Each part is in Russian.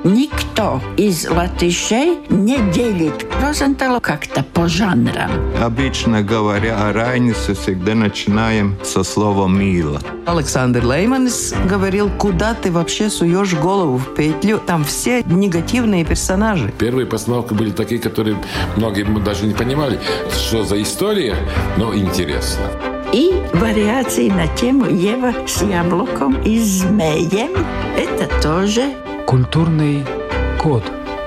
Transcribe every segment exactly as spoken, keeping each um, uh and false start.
никто из латышей не делит Розенталу как-то по жанрам. Обычно говоря о Райнисе, всегда начинаем со слова «мило». Александр Лейманис говорил, куда ты вообще суешь голову в петлю. Там все негативные персонажи. Первые постановки были такие, которые многие даже не понимали, что за история, но интересно. И вариации на тему «Ева с яблоком и змеем» – это тоже культурный код.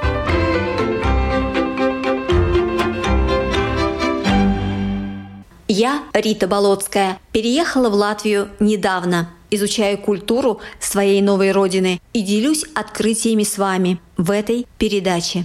Я, Рита Болотская, переехала в Латвию недавно, изучаю культуру своей новой родины и делюсь открытиями с вами в этой передаче.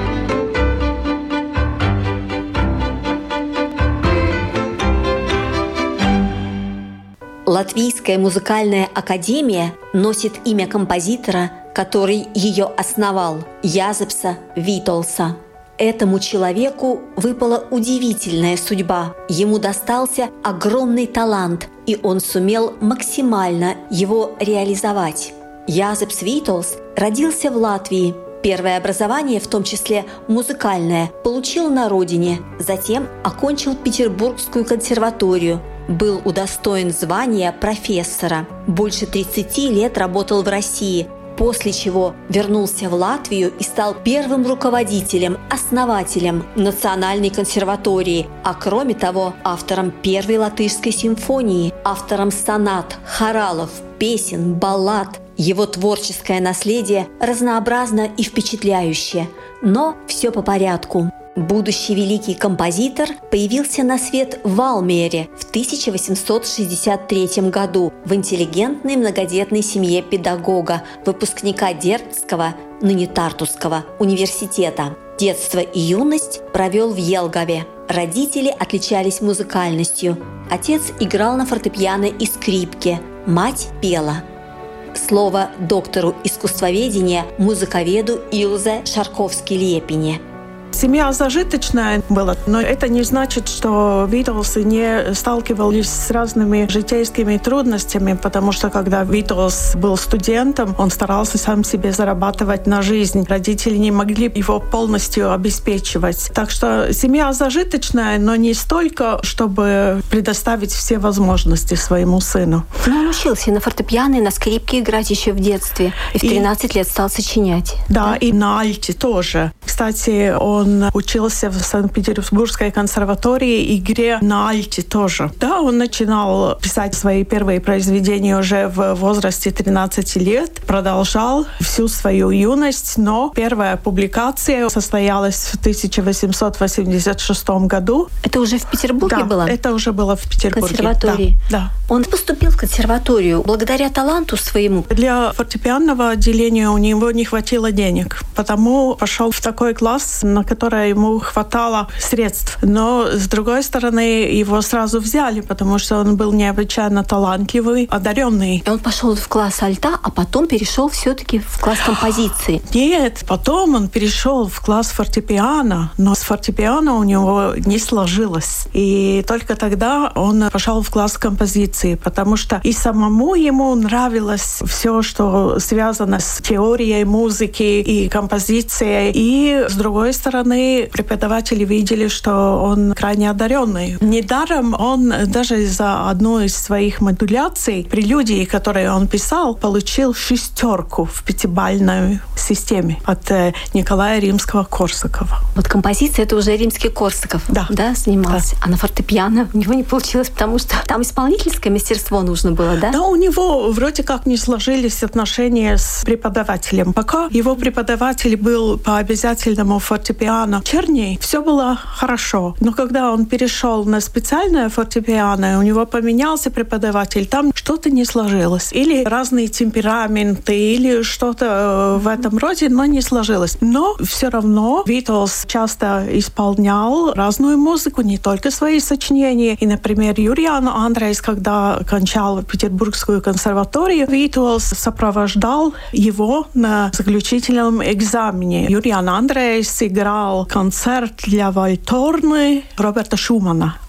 Латвийская музыкальная академия носит имя композитора, который ее основал – Jāzeps Vītolsa. Этому человеку выпала удивительная судьба. Ему достался огромный талант, и он сумел максимально его реализовать. Jāzeps Vītols родился в Латвии. Первое образование, в том числе музыкальное, получил на родине. Затем окончил Петербургскую консерваторию. Был удостоен звания профессора. Больше тридцати лет работал в России, после чего вернулся в Латвию и стал первым руководителем, основателем Национальной консерватории, а кроме того, автором первой латышской симфонии, автором сонат, хоралов, песен, баллад. Его творческое наследие разнообразно и впечатляюще. Но все по порядку. Будущий великий композитор появился на свет в Валмере в тысяча восемьсот шестьдесят третьем году в интеллигентной многодетной семье педагога, выпускника Дербцкого, ныне Тартусского университета. Детство и юность провел в Елгаве. Родители отличались музыкальностью. Отец играл на фортепиано и скрипке, мать пела. Слово доктору искусствоведения, музыковеду Илзе Шарковски-Лепине. Семья зажиточная была, но это не значит, что Вītolsi не сталкивались с разными житейскими трудностями, потому что когда Вītols был студентом, он старался сам себе зарабатывать на жизнь. Родители не могли его полностью обеспечивать. Так что семья зажиточная, но не столько, чтобы предоставить все возможности своему сыну. Но он учился на фортепиано и на скрипке играть еще в детстве. И в тринадцать и, лет стал сочинять. Да, да, и на альте тоже. Кстати, он Он учился в Санкт-Петербургской консерватории игре на альте тоже. Да, он начинал писать свои первые произведения уже в возрасте тринадцати лет, продолжал всю свою юность, но первая публикация состоялась в тысяча восемьсот восемьдесят шестом году. Это уже в Петербурге да, было? Это уже было в Петербурге. В консерватории? Да, да. Он поступил в консерваторию благодаря таланту своему? Для фортепианного отделения у него не хватило денег, потому пошел в такой класс, на которой ему хватало средств. Но, с другой стороны, его сразу взяли, потому что он был необычайно талантливый, одаренный. И он пошел в класс альта, а потом перешел все-таки в класс композиции. Нет, потом он перешел в класс фортепиано, но с фортепиано у него не сложилось. И только тогда он пошел в класс композиции, потому что и самому ему нравилось все, что связано с теорией музыки и композицией. И, с другой стороны, преподаватели видели, что он крайне одаренный. Недаром он даже за одну из своих модуляций, прелюдии, которые он писал, получил шестерку в пятибалльной системе от Николая Римского-Корсакова. Вот композиция — это уже Римский-Корсаков, да, да, снимался. Да. А на фортепиано у него не получилось, потому что там исполнительское мастерство нужно было, да? Да, у него вроде как не сложились отношения с преподавателем. Пока его преподаватель был по обязательному фортепиано Черней, все было хорошо. Но когда он перешел на специальное фортепиано, у него поменялся преподаватель, там что-то не сложилось. Или разные темпераменты, или что-то в этом роде, но не сложилось. Но все равно Вītols часто исполнял разную музыку, не только свои сочинения. И, например, Юриан Андрейс, когда кончал Петербургскую консерваторию, Вītols сопровождал его на заключительном экзамене. Юриан Андрейс играл концерт для вальторны Роберта Шумана.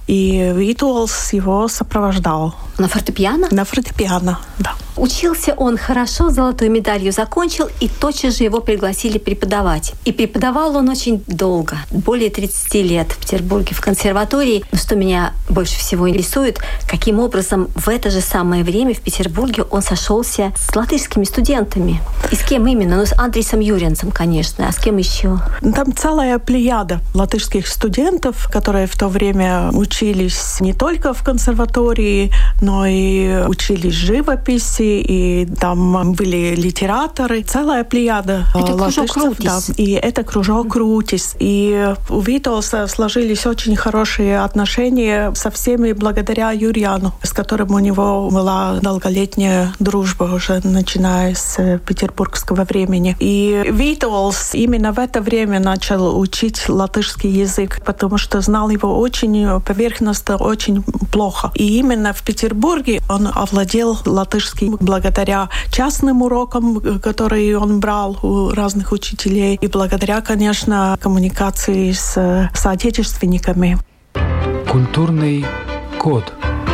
И Витолс его сопровождал. На фортепиано? На фортепиано, да. Учился он хорошо, золотую медалью закончил, и тотчас же его пригласили преподавать. И преподавал он очень долго, более тридцати лет в Петербурге в консерватории. Но что меня больше всего интересует, каким образом в это же самое время в Петербурге он сошелся с латышскими студентами. И с кем именно? Ну, с Андрисом Юренцем, конечно. А с кем еще? Там целая плеяда латышских студентов, которые в то время учились не только в консерватории, но и учились живописи, и там были литераторы. Целая плеяда это латышцев. Кружок Рутис. Да, и это кружок Рутис. И у Витолса сложились очень хорошие отношения со всеми благодаря Юрьяну, с которым у него была долголетняя дружба уже начиная с петербургского времени. И Витолс именно в это время начал учить латышский язык, потому что знал его очень поверхностно, очень плохо. И именно в Петербурге он овладел латышским благодаря частным урокам, которые он брал у разных учителей, и благодаря, конечно, коммуникации с соотечественниками. Культурный код.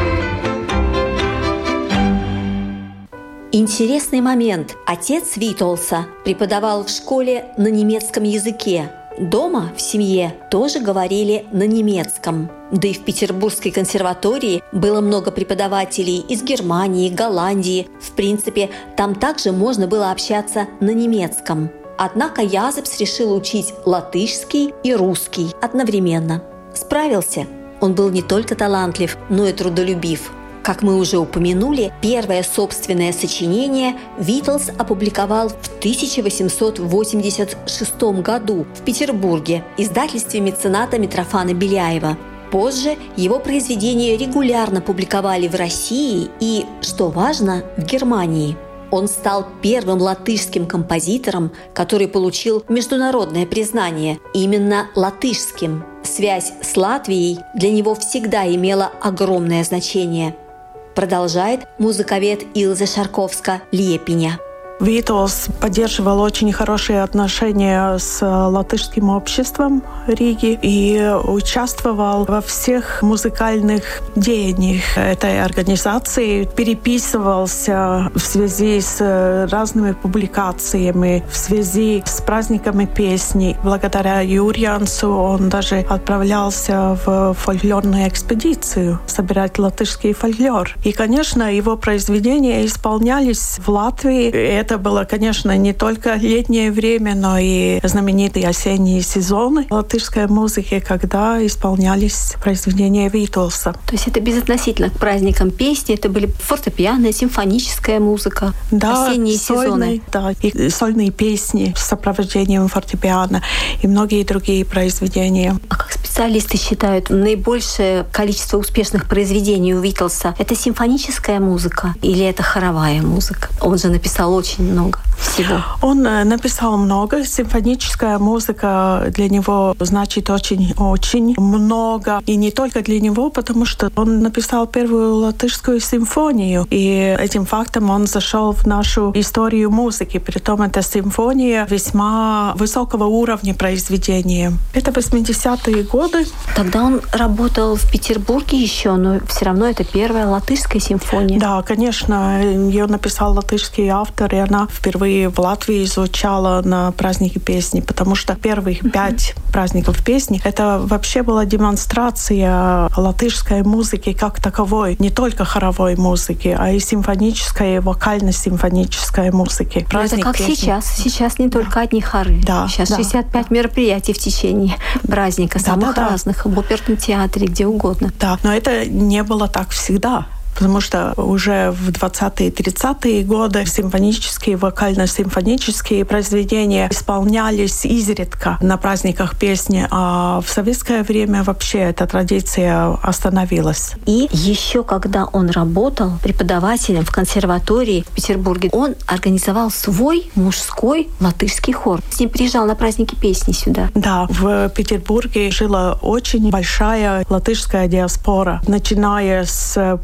Интересный момент. Отец Витолса преподавал в школе на немецком языке. Дома, в семье, тоже говорили на немецком. Да и в Петербургской консерватории было много преподавателей из Германии, Голландии. В принципе, там также можно было общаться на немецком. Однако Язепс решил учить латышский и русский одновременно. Справился. Он был не только талантлив, но и трудолюбив. Как мы уже упомянули, первое собственное сочинение Витолс опубликовал в тысяча восемьсот восемьдесят шестом году в Петербурге в издательстве мецената Митрофана Беляева. Позже его произведения регулярно публиковали в России и, что важно, в Германии. Он стал первым латышским композитором, который получил международное признание, именно латышским. Связь с Латвией для него всегда имела огромное значение. Продолжает музыковед Илза Шарковска-Лепиня. Витолс поддерживал очень хорошие отношения с латышским обществом Риги и участвовал во всех музыкальных деяниях этой организации, переписывался в связи с разными публикациями, в связи с праздниками песни. Благодаря Юрьянцу он даже отправлялся в фольклорную экспедицию собирать латышский фольклор. И, конечно, его произведения исполнялись в Латвии. Это было, конечно, не только летнее время, но и знаменитые осенние сезоны латышской музыки, когда исполнялись произведения Витолса. То есть это безотносительно к праздникам песни, это были фортепианная, симфоническая музыка, да, осенние сольные, сезоны. Да, и сольные песни с сопровождением фортепиано и многие другие произведения. А как специалисты считают, наибольшее количество успешных произведений у Витолса — это симфоническая музыка или это хоровая музыка? Он же написал очень много всего. Он написал много. Симфоническая музыка для него значит очень-очень много. И не только для него, потому что он написал первую латышскую симфонию. И этим фактом он зашел в нашу историю музыки. Притом эта симфония весьма высокого уровня произведения. Это восьмидесятые годы. Тогда он работал в Петербурге еще, но все равно это первая латышская симфония. Да, конечно. Ее написал латышский автор, и она впервые в Латвии звучала на празднике песни, потому что первых mm-hmm. пять праздников песни — это вообще была демонстрация латышской музыки как таковой, не только хоровой музыки, а и симфонической, и вокально-симфонической музыки. Праздник это как песни. Сейчас. Сейчас не только да. одни хоры. Да, сейчас да. шестьдесят пять мероприятий в течение праздника, да, самых да, разных, да. в оперном театре, где угодно. Да, но это не было так всегда. Потому что уже в двадцатые-тридцатые годы симфонические, вокально-симфонические произведения исполнялись изредка на праздниках песни, а в советское время вообще эта традиция остановилась. И еще когда он работал преподавателем в консерватории в Петербурге, он организовал свой мужской латышский хор. С ним приезжал на праздники песни сюда. Да, в Петербурге жила очень большая латышская диаспора, начиная с просто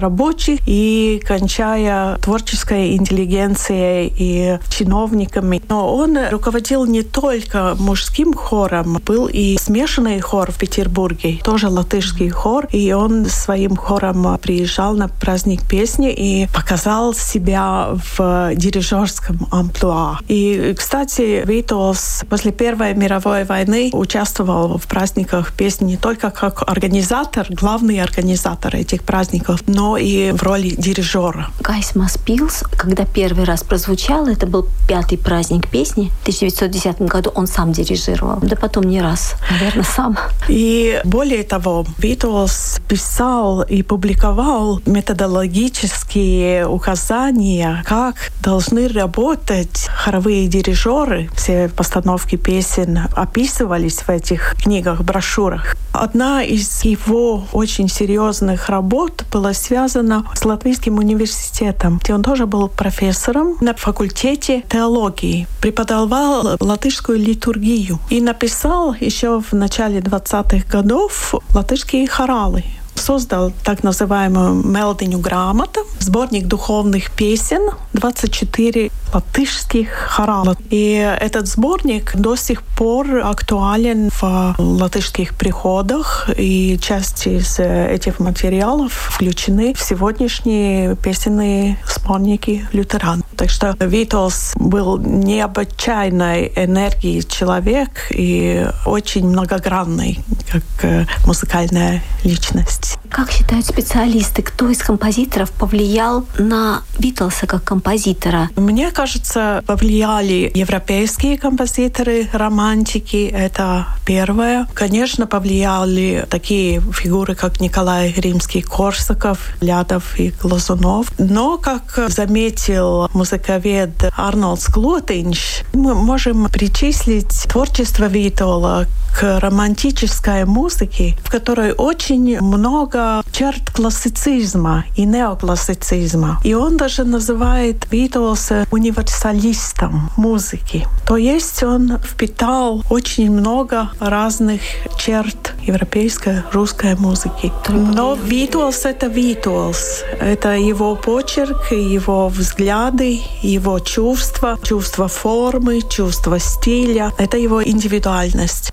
рабочих и кончая творческой интеллигенцией и чиновниками. Но он руководил не только мужским хором, был и смешанный хор в Петербурге, тоже латышский хор, и он своим хором приезжал на праздник песни и показал себя в дирижерском амплуа. И, кстати, Витолс после Первой мировой войны участвовал в праздниках песни не только как организатор, главный организатор этих праздников, но и в роли дирижера. Gaismas pils, когда первый раз прозвучал, это был пятый праздник песни. В тысяча девятьсот десятом году он сам дирижировал. Да потом не раз, наверное, сам. И более того, Витолс писал и публиковал методологические указания, как должны работать хоровые дирижеры. Все постановки песен описывались в этих книгах, брошюрах. Одна из его очень серьезных работ была связана с Латвийским университетом, где он тоже был профессором на факультете теологии, преподавал латышскую литургию и написал еще в начале двадцатых годов латышские хоралы. Создал так называемую «Мелдиņu грамоту», сборник духовных песен, двадцать четыре латышских хорала. И этот сборник до сих пор актуален в латышских приходах, и часть из этих материалов включены в сегодняшние песенные сборники лютеран. Так что Витолс был необычайной энергии человек и очень многогранный, как музыкальная личность. Как считают специалисты, кто из композиторов повлиял на Витолса как композитора? Мне кажется, повлияли европейские композиторы, романтики, это первое. Конечно, повлияли такие фигуры, как Николай Римский-Корсаков, Лядов и Глазунов. Но, как заметил музыковед Арнольдс Глотинш, мы можем причислить творчество Витола к романтической музыке, в которой очень много черт классицизма и неоклассицизма. И он даже называет Витолса универсалистом музыки. То есть он впитал очень много разных черт европейской, русской музыки. Но Витолс — это Витолс. Это его почерк, его взгляды, его чувства, чувство формы, чувство стиля. Это его индивидуальность.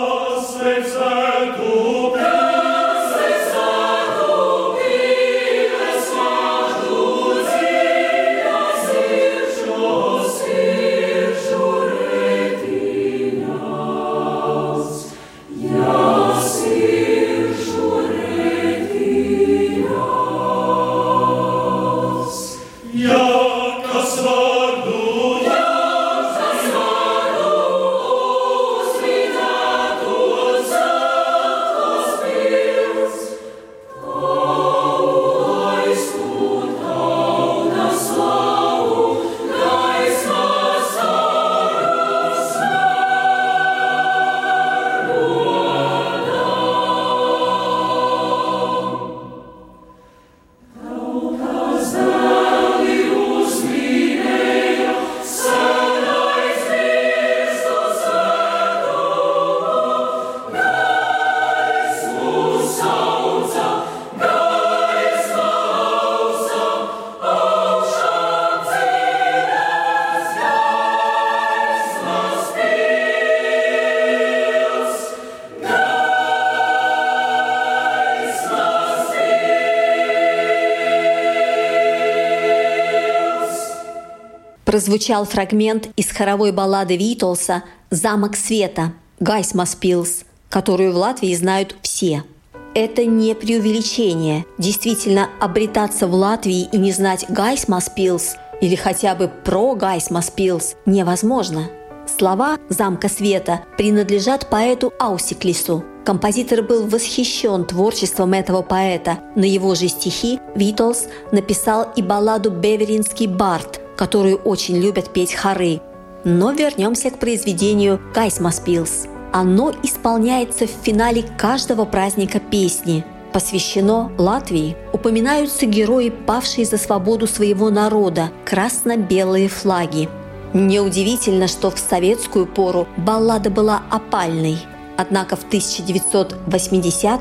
Прозвучал фрагмент из хоровой баллады Витолса «Замок света» «Gaismas pils», которую в Латвии знают все. Это не преувеличение. Действительно, обретаться в Латвии и не знать «Gaismas pils» или хотя бы про «Gaismas pils» невозможно. Слова «Замка света» принадлежат поэту Аусиклису. Композитор был восхищен творчеством этого поэта. На его же стихи Витолс написал и балладу «Беверинский бард», которую очень любят петь хоры. Но вернемся к произведению «Gaismas pils». Оно исполняется в финале каждого праздника песни. Посвящено Латвии. Упоминаются герои, павшие за свободу своего народа, красно-белые флаги. Неудивительно, что в советскую пору баллада была опальной. Однако в тысяча девятьсот восьмидесятом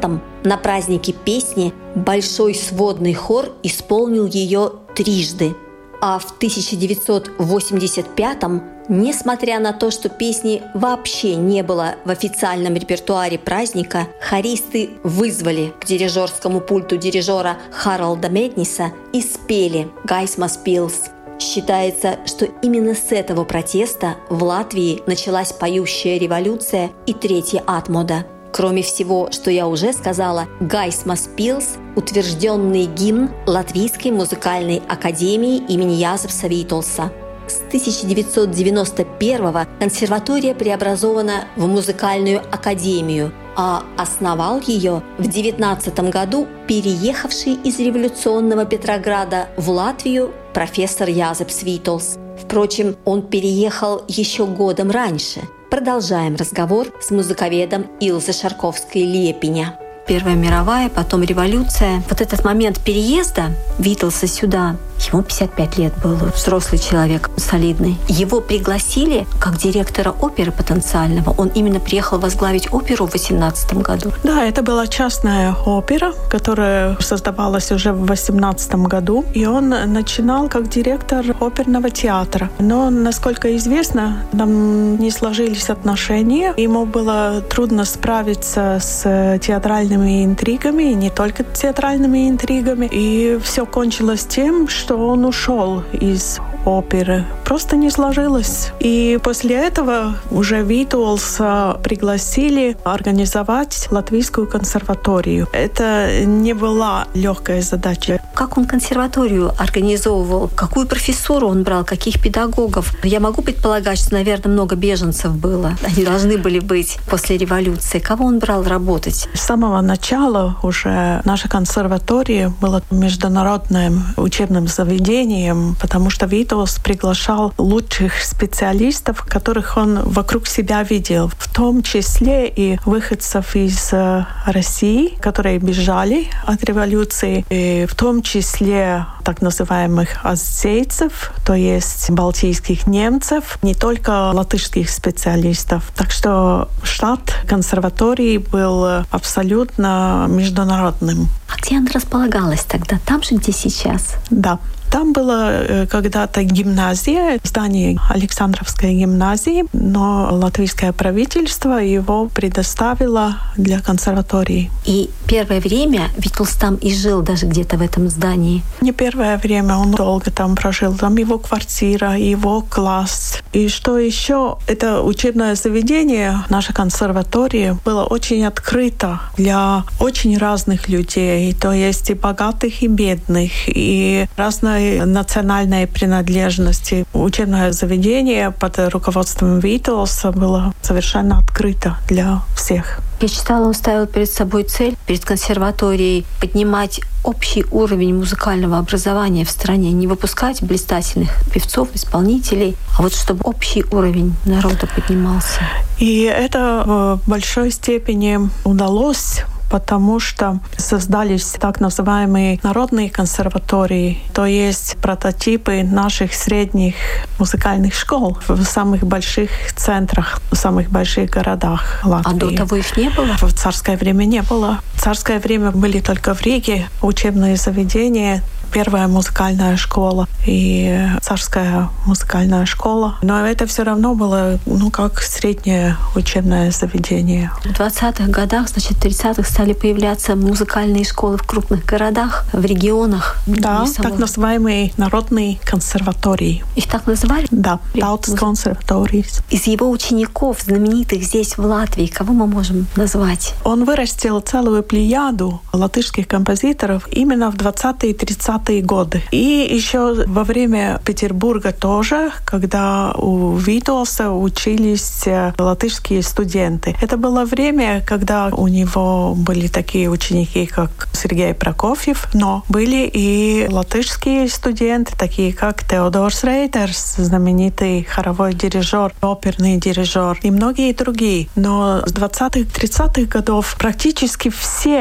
На празднике песни Большой сводный хор исполнил ее трижды. А в тысяча девятьсот восемьдесят пятом, несмотря на то, что песни вообще не было в официальном репертуаре праздника, хористы вызвали к дирижерскому пульту дирижера Харалда Медниса и спели «Gaismas pils». Считается, что именно с этого протеста в Латвии началась поющая революция и третья атмода. Кроме всего, что я уже сказала, «Gaismas pils» – утвержденный гимн Латвийской музыкальной академии имени Jāzepa Vītolsa. С тысяча девятьсот девяносто первого консерватория преобразована в музыкальную академию, а основал ее в девятнадцатом году переехавший из революционного Петрограда в Латвию профессор Jāzeps Vītols. Впрочем, он переехал еще годом раньше. Продолжаем разговор с музыковедом Илзой Шарковской-Лепиня. Первая мировая, потом революция. Вот этот момент переезда Витолса сюда, ему пятьдесят пять лет был, взрослый человек, солидный. Его пригласили как директора оперы потенциального. Он именно приехал возглавить оперу в восемнадцатом году. Да, это была частная опера, которая создавалась уже в восемнадцатом году. И он начинал как директор оперного театра. Но, насколько известно, там не сложились отношения. Ему было трудно справиться с театральными интригами, и не только театральными интригами. И все кончилось тем, что он ушел из оперы. Просто не сложилось. И после этого уже Вītolsa пригласили организовать Латвийскую консерваторию. Это не была легкая задача. Как он консерваторию организовывал? Какую профессуру он брал? Каких педагогов? Я могу предполагать, что, наверное, много беженцев было. Они должны были быть после революции. Кого он брал работать? С самого начала уже наша консерватория была международным учебным заведением, потому что Вītolsa приглашал лучших специалистов, которых он вокруг себя видел, в том числе и выходцев из России, которые бежали от революции, и в том числе так называемых азейцев, то есть балтийских немцев, не только латышских специалистов. Так что штат консерватории был абсолютно международным. А где она располагалась тогда? Там же, где сейчас? Да. Там была когда-то гимназия, здание Александровской гимназии, но латвийское правительство его предоставило для консерватории. И первое время Вītols там и жил даже где-то в этом здании? Не первое время, он долго там прожил. Там его квартира, его класс. И что еще? Это учебное заведение, наша консерватория, было очень открыто для очень разных людей. То есть и богатых, и бедных, и разные национальной принадлежности. Учебное заведение под руководством Вītolsa было совершенно открыто для всех. Я читала, он ставил перед собой цель, перед консерваторией, поднимать общий уровень музыкального образования в стране, не выпускать блистательных певцов, исполнителей, а вот чтобы общий уровень народа поднимался. И это в большой степени удалось, потому что создались так называемые народные консерватории, то есть прототипы наших средних музыкальных школ в самых больших центрах, в самых больших городах Латвии. А до того их не было? В царское время не было. В царское время были только в Риге учебные заведения, первая музыкальная школа и царская музыкальная школа. Но это все равно было, ну, как среднее учебное заведение. В двадцатых годах, значит, в тридцатых стали появляться музыкальные школы в крупных городах, в регионах. Да, так называемые народные консерватории. Их так называли? Да, Tautas консерватории. Из его учеников, знаменитых здесь, в Латвии, кого мы можем назвать? Он вырастил целую плеяду латышских композиторов именно в двадцатые и тридцатые годы. И еще во время Петербурга тоже, когда у Вītolsa учились латышские студенты. Это было время, когда у него были такие ученики, как Сергей Прокофьев, но были и латышские студенты, такие как Теодорс Рейтерс, знаменитый хоровой дирижер, оперный дирижер, и многие другие. Но с двадцатых-тридцатых годов практически все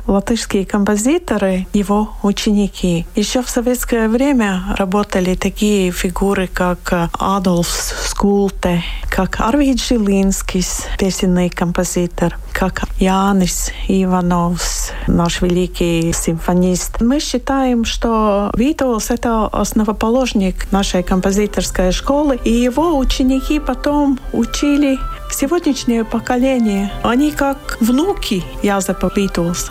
латышские композиторы, его ученики. Еще в советское время работали такие фигуры, как Адольфс Скулте, как Арвīds Žilīnskis, песенный композитор, как Янис Ивановс, наш великий симфонист. Мы считаем, что Витолс — это основоположник нашей композиторской школы, и его ученики потом учили сегодняшнее поколение. Они как внуки Язепа Витолса.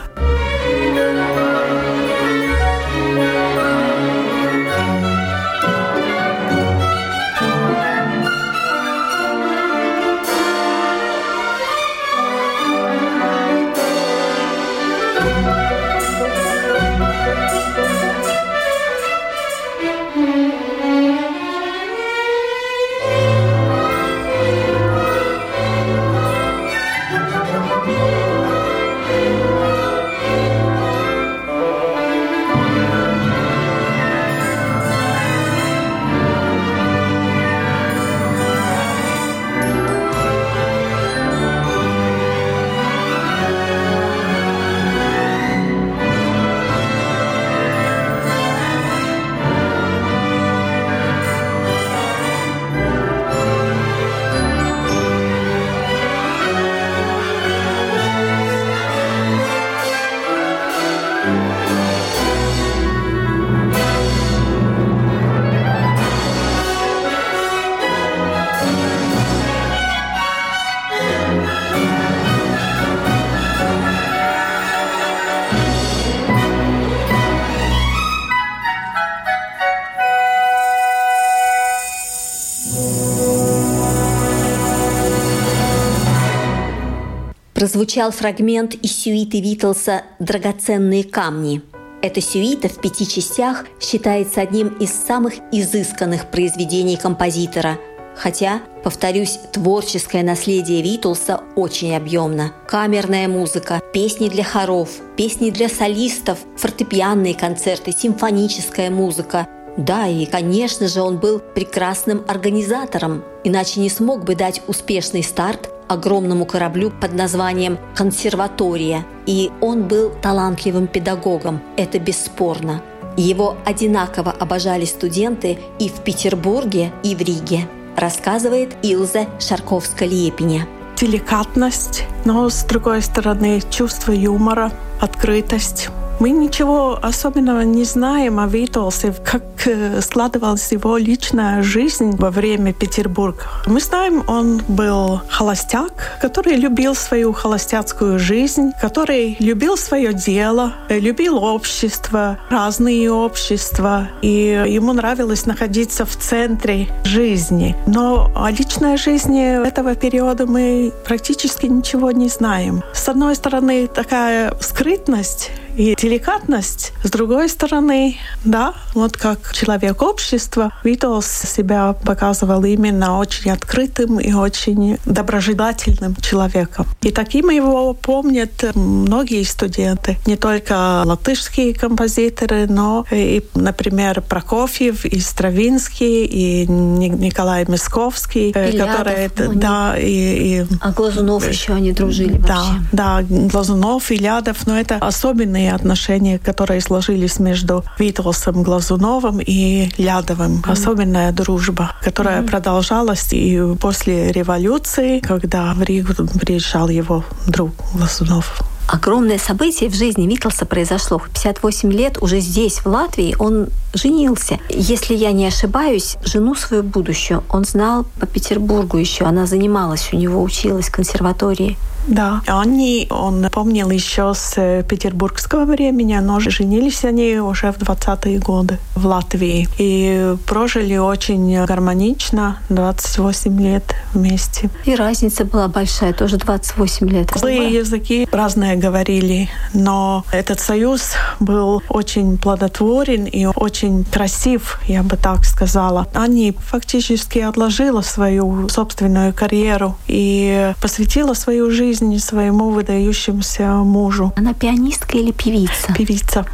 Прозвучал фрагмент из сюиты Витолса «Драгоценные камни». Эта сюита в пяти частях считается одним из самых изысканных произведений композитора. Хотя, повторюсь, творческое наследие Витолса очень объемно. Камерная музыка, песни для хоров, песни для солистов, фортепианные концерты, симфоническая музыка. Да, и, конечно же, он был прекрасным организатором, иначе не смог бы дать успешный старт огромному кораблю под названием «Консерватория». И он был талантливым педагогом, это бесспорно. Его одинаково обожали студенты и в Петербурге, и в Риге, рассказывает Илзе Шарковска-Лепиня. Деликатность, но, с другой стороны, чувство юмора, открытость. Мы ничего особенного не знаем о Витолсе, как складывалась его личная жизнь во время Петербурга. Мы знаем, он был холостяк, который любил свою холостяцкую жизнь, который любил свое дело, любил общество, разные общества, и ему нравилось находиться в центре жизни. Но о личной жизни этого периода мы практически ничего не знаем. С одной стороны, такая скрытность и деликатность. С другой стороны, да, вот как человек общества, Витолс себя показывал именно очень открытым и очень доброжелательным человеком. И таким его помнят многие студенты. Не только латышские композиторы, но и, например, Прокофьев, и Стравинский, и Николай Мясковский, и которые... Лядов, да, и, и, а Глазунов еще они дружили вообще. Да, да, Глазунов и Лядов, но это особенные отношения, которые сложились между Витолсом, Глазуновым и Лядовым. Mm-hmm. Особенная дружба, которая mm-hmm. продолжалась и после революции, когда в Ригу приезжал его друг Глазунов. Огромное событие в жизни Витолса произошло. В пятьдесят восемь лет уже здесь, в Латвии, он женился. Если я не ошибаюсь, жену свою будущую он знал по Петербургу еще. Она занималась у него, училась в консерватории. Да, они, он помнил еще с петербургского времени, но женились они уже в двадцатые годы в Латвии. И прожили очень гармонично, двадцать восемь лет вместе. И разница была большая, тоже двадцать восемь лет. Злые языки разные говорили, но этот союз был очень плодотворен и очень красив, я бы так сказала. Они фактически отложила свою собственную карьеру и посвятила свою жизнь своему выдающемуся мужу. Она пианистка или певица? Певица.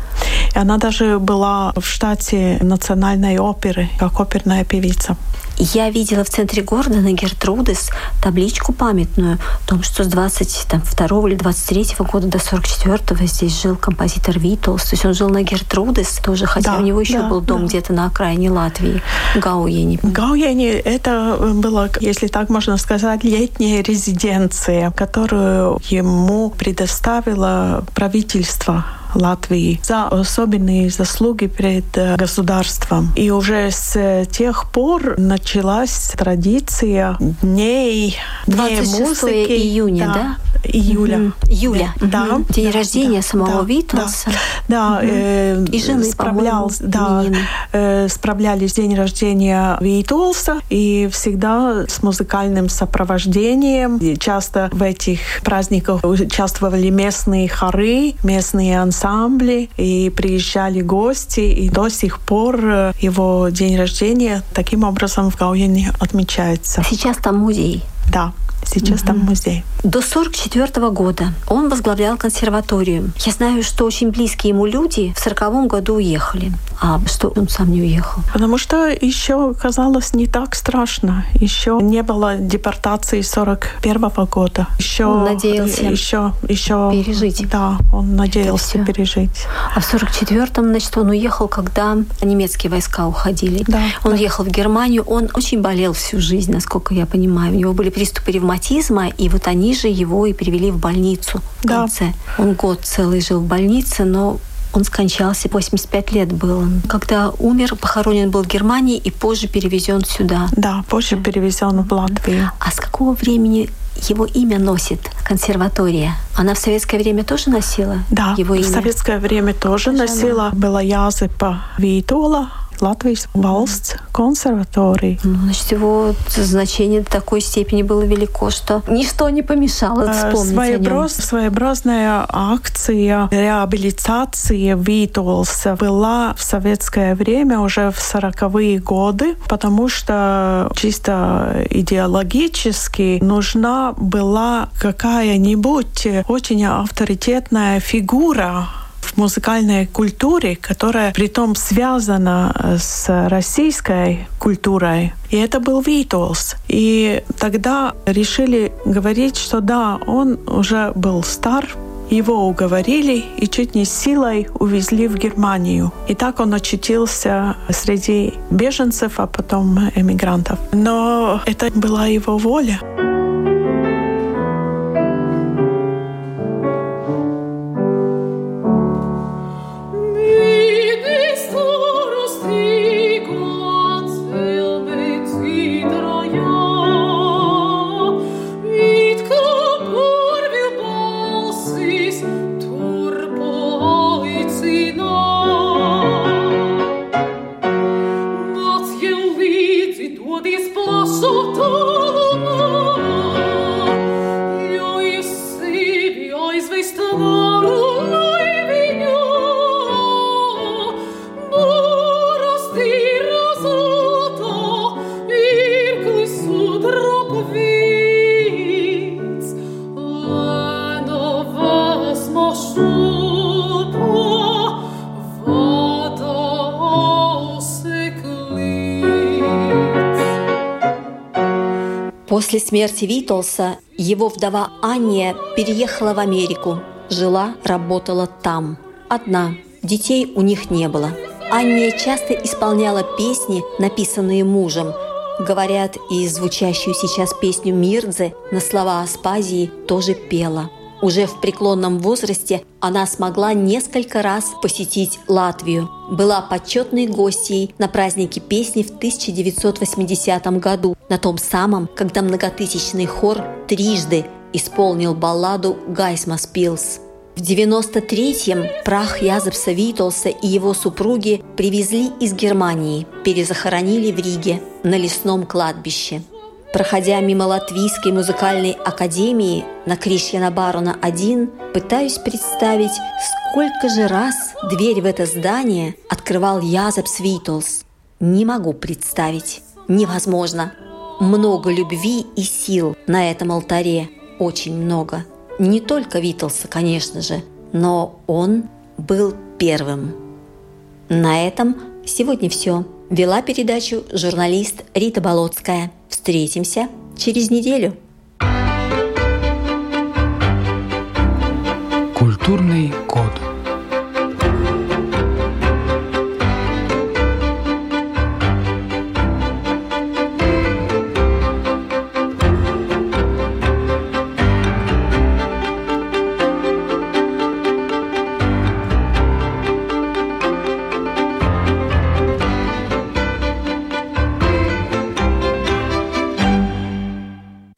И она даже была в штате национальной оперы, как оперная певица. Я видела в центре города на Гертрудес табличку памятную о том, что с двадцать второго или двадцать третьего года до сорок четвёртого здесь жил композитор Витолс. То есть он жил на Гертрудес тоже, хотя да, у него еще да, был дом да. где-то на окраине Латвии, в Гауене. Гауене это было, если так можно сказать, летняя резиденция, которую ему предоставило правительство Латвии за особенные заслуги перед государством. И уже с тех пор началась традиция дней, дней музыки. июня, да? да? Июля. Mm-hmm. Июля. Да. Mm-hmm. День да, рождения да, самого да, Витолса. Да. да. Mm-hmm. Э, и жены, справлял, да, э, справлялись день рождения Витолса, и всегда с музыкальным сопровождением. И часто в этих праздниках участвовали местные хоры, местные ансамбли, и приезжали гости, и до сих пор его день рождения таким образом в Гауене отмечается. Сейчас там музей. Да. Сейчас mm-hmm. там музей. До сорок четвёртого года он возглавлял консерваторию. Я знаю, что очень близкие ему люди в сороковом году уехали. А что он сам не уехал? Потому что еще казалось не так страшно. Еще не было депортации сорок первого года. Еще, он надеялся еще, еще, пережить. Да, он надеялся пережить. А в сорок четвёртом, значит, он уехал, когда немецкие войска уходили. Да, он да. ехал в Германию. Он очень болел всю жизнь, насколько я понимаю. У него были приступы ревматизма, и вот они же его и привели в больницу в да. конце. Он год целый жил в больнице, но он скончался, восемьдесят пять лет был. Когда умер, похоронен был в Германии и позже перевезен сюда. Да, позже перевезен в Латвию. А с какого времени его имя носит консерватория? Она в советское время тоже носила да, его имя? Да, в советское время тоже Даже носила. Она... Была Jāzepa Vītola, Латвийс Valsts консерватории. Ну, значит, его значение до такой степени было велико, что ничто не помешало вспомнить Своеброз, о нем. Своеобразная акция реабилитации Витолса была в советское время уже в сороковые годы, потому что чисто идеологически нужна была какая-нибудь очень авторитетная фигура в музыкальной культуре, которая притом связана с российской культурой. И это был Витолс. И тогда решили говорить, что да, он уже был стар, его уговорили и чуть не силой увезли в Германию. И так он очутился среди беженцев, а потом эмигрантов. Но это была его воля. После смерти Витолса его вдова Анния переехала в Америку. Жила, работала там. Одна. Детей у них не было. Анния часто исполняла песни, написанные мужем. Говорят, и звучащую сейчас песню Мирдзе на слова Аспазии тоже пела. Уже в преклонном возрасте она смогла несколько раз посетить Латвию. Была почетной гостьей на празднике песни в тысяча девятьсот восьмидесятом году, на том самом, когда многотысячный хор трижды исполнил балладу «Gaismas pils». В девяносто третьем прах Jāzepsa Vītolsa и его супруги привезли из Германии, перезахоронили в Риге на лесном кладбище. Проходя мимо Латвийской музыкальной академии на Кришьяна Барона один, пытаюсь представить, сколько же раз дверь в это здание открывал Jāzeps Vītols. Не могу представить. Невозможно. Много любви и сил на этом алтаре. Очень много. Не только Витолса, конечно же, но он был первым. На этом сегодня все. Вела передачу журналист Рита Болотская. Встретимся через неделю. Культурный код.